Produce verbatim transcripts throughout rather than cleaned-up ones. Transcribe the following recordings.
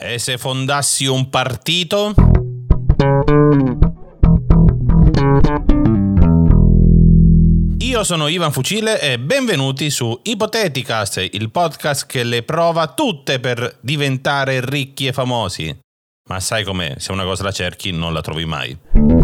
E se fondassi un partito? Io sono Ivan Fucile e benvenuti su Ipoteticast, il podcast che le prova tutte per diventare ricchi e famosi. Ma sai com'è? Se una cosa la cerchi non la trovi mai.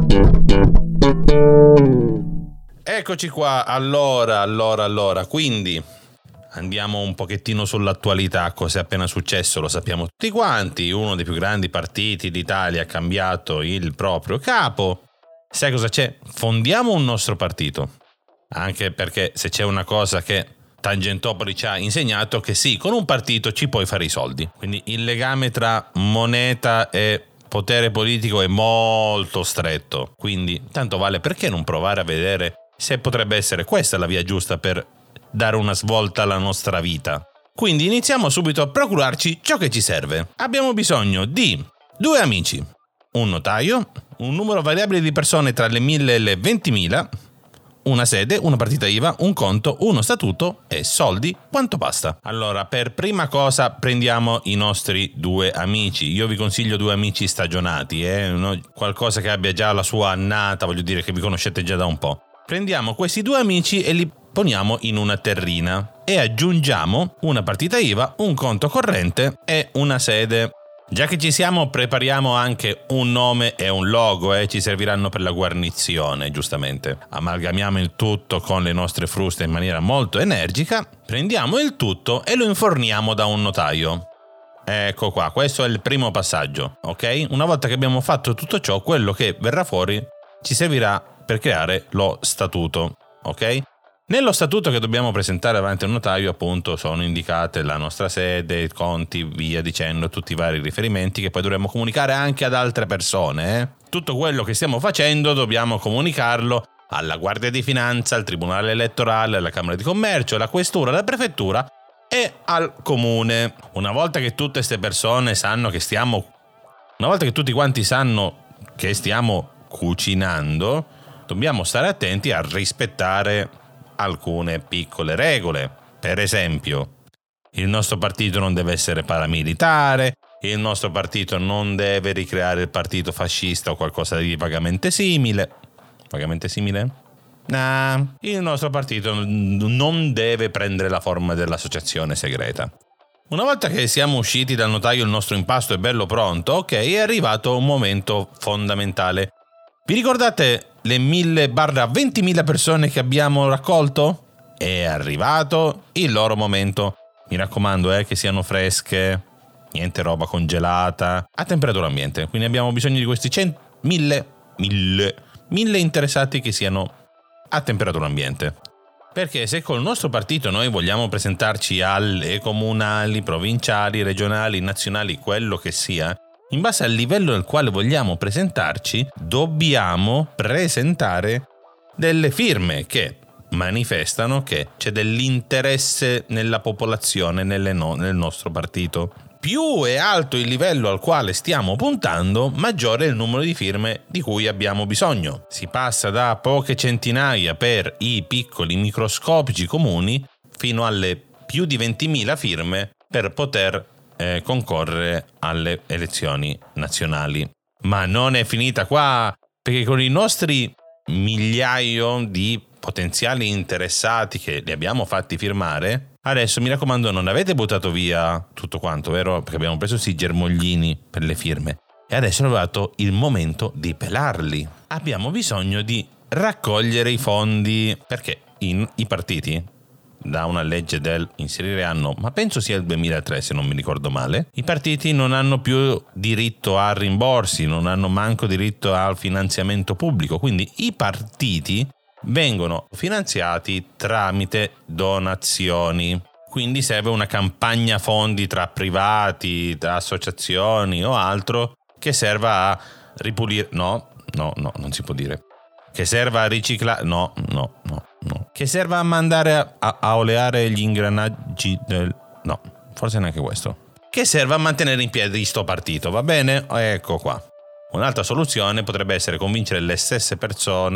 Eccoci qua, allora, allora, allora, quindi andiamo un pochettino sull'attualità, cosa è appena successo, lo sappiamo tutti quanti, uno dei più grandi partiti d'Italia ha cambiato il proprio capo. Sai cosa c'è? Fondiamo un nostro partito, anche perché se c'è una cosa che Tangentopoli ci ha insegnato, che sì, con un partito ci puoi fare i soldi, quindi il legame tra moneta e potere politico è molto stretto, quindi tanto vale perché non provare a vedere se potrebbe essere questa la via giusta per dare una svolta alla nostra vita. Quindi iniziamo subito a procurarci ciò che ci serve. Abbiamo bisogno di due amici, un notaio, un numero variabile di persone tra le mille e le ventimila, una sede, una partita I V A, un conto, uno statuto e soldi quanto basta. Allora, per prima cosa prendiamo i nostri due amici. Io vi consiglio due amici stagionati, eh? No, qualcosa che abbia già la sua annata, voglio dire che vi conoscete già da un po'. Prendiamo questi due amici e li poniamo in una terrina e aggiungiamo una partita I V A, un conto corrente e una sede. Già che ci siamo, prepariamo anche un nome e un logo, e eh? ci serviranno per la guarnizione, giustamente. Amalgamiamo il tutto con le nostre fruste in maniera molto energica, prendiamo il tutto e lo inforniamo da un notaio. Ecco qua, questo è il primo passaggio, ok? Una volta che abbiamo fatto tutto ciò, quello che verrà fuori ci servirà per creare lo statuto, ok? Nello statuto che dobbiamo presentare davanti al notaio, appunto, sono indicate la nostra sede, i conti, via dicendo, tutti i vari riferimenti che poi dovremo comunicare anche ad altre persone. Eh? Tutto quello che stiamo facendo dobbiamo comunicarlo alla Guardia di Finanza, al Tribunale Elettorale, alla Camera di Commercio, alla Questura, alla Prefettura e al Comune. Una volta che tutte queste persone sanno che stiamo... Una volta che tutti quanti sanno che stiamo cucinando, dobbiamo stare attenti a rispettare alcune piccole regole. Per esempio, il nostro partito non deve essere paramilitare, il nostro partito non deve ricreare il partito fascista o qualcosa di vagamente simile. Vagamente simile? Nah, il nostro partito non deve prendere la forma dell'associazione segreta. Una volta che siamo usciti dal notaio, il nostro impasto è bello pronto, ok, è arrivato un momento fondamentale. Vi ricordate le mille barra ventimila persone che abbiamo raccolto? È arrivato il loro momento. Mi raccomando, eh, che siano fresche, niente roba congelata, a temperatura ambiente. Quindi abbiamo bisogno di questi cento, mille, mille, mille interessati che siano a temperatura ambiente. Perché se col nostro partito noi vogliamo presentarci alle comunali, provinciali, regionali, nazionali, quello che sia, in base al livello al quale vogliamo presentarci, dobbiamo presentare delle firme che manifestano che c'è dell'interesse nella popolazione nelle no- nel nostro partito. Più è alto il livello al quale stiamo puntando, maggiore è il numero di firme di cui abbiamo bisogno. Si passa da poche centinaia per i piccoli microscopici comuni fino alle più di ventimila firme per poter Eh, concorrere alle elezioni nazionali. Ma non è finita qua, perché con i nostri migliaio di potenziali interessati che li abbiamo fatti firmare, adesso mi raccomando non avete buttato via tutto quanto, vero? Perché abbiamo preso sì germoglini per le firme e adesso è arrivato il momento di pelarli. Abbiamo bisogno di raccogliere i fondi, perché in, i partiti, da una legge del inserire anno, ma penso sia il duemilatré se non mi ricordo male, i partiti non hanno più diritto a rimborsi, non hanno manco diritto al finanziamento pubblico, quindi i partiti vengono finanziati tramite donazioni. Quindi serve una campagna fondi tra privati, tra associazioni o altro che serva a ripulire, no, no, no, non si può dire. Che serva a riciclare, no, no, no, no. Che serva a mandare a, a, a oleare gli ingranaggi del... No, forse neanche questo. Che serva a mantenere in piedi sto partito, va bene? Ecco qua. Un'altra soluzione potrebbe essere convincere le stesse persone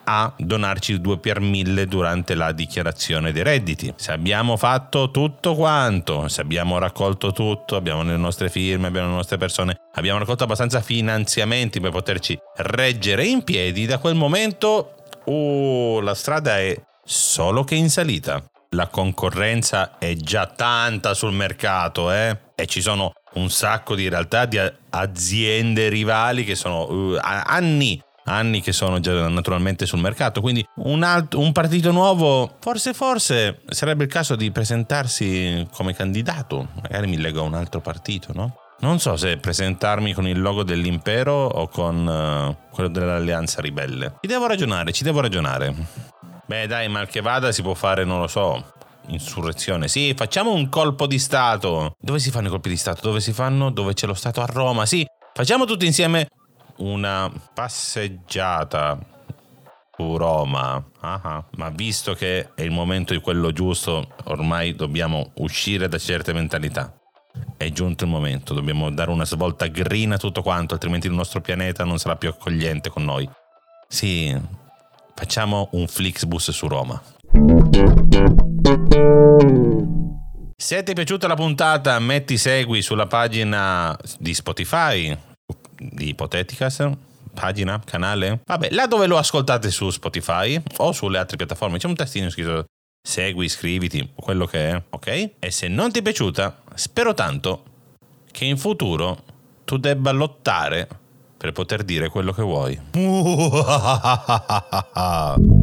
A, donarci il due per mille durante la dichiarazione dei redditi. Se abbiamo fatto tutto quanto, se abbiamo raccolto tutto, abbiamo le nostre firme, abbiamo le nostre persone, abbiamo raccolto abbastanza finanziamenti per poterci reggere in piedi, da quel momento uh, la strada è solo che in salita. La concorrenza è già tanta sul mercato, eh? E ci sono un sacco di realtà di aziende rivali che sono uh, anni, anni che sono già naturalmente sul mercato. Quindi un, alt- un partito nuovo, forse forse sarebbe il caso di presentarsi come candidato. Magari mi lego a un altro partito, no? Non so se presentarmi con il logo dell'impero o con uh, quello dell'Alleanza Ribelle. Ci devo ragionare, ci devo ragionare. Beh dai, mal che vada si può fare, non lo so, insurrezione. Sì, facciamo un colpo di stato. Dove si fanno i colpi di stato? Dove si fanno? Dove c'è lo stato? A Roma. Sì, facciamo tutti insieme una passeggiata su Roma. Ah, ma visto che è il momento di quello giusto, ormai dobbiamo uscire da certe mentalità. È giunto il momento, dobbiamo dare una svolta green a tutto quanto, altrimenti il nostro pianeta non sarà più accogliente con noi. Sì, facciamo un Flixbus su Roma. Se ti è piaciuta la puntata, metti segui sulla pagina di Spotify, di Ipoteticas, pagina, canale, vabbè, là dove lo ascoltate su Spotify o sulle altre piattaforme, c'è un tastino scritto segui, iscriviti, quello che è, ok? E se non ti è piaciuta, spero tanto che in futuro tu debba lottare per poter dire quello che vuoi.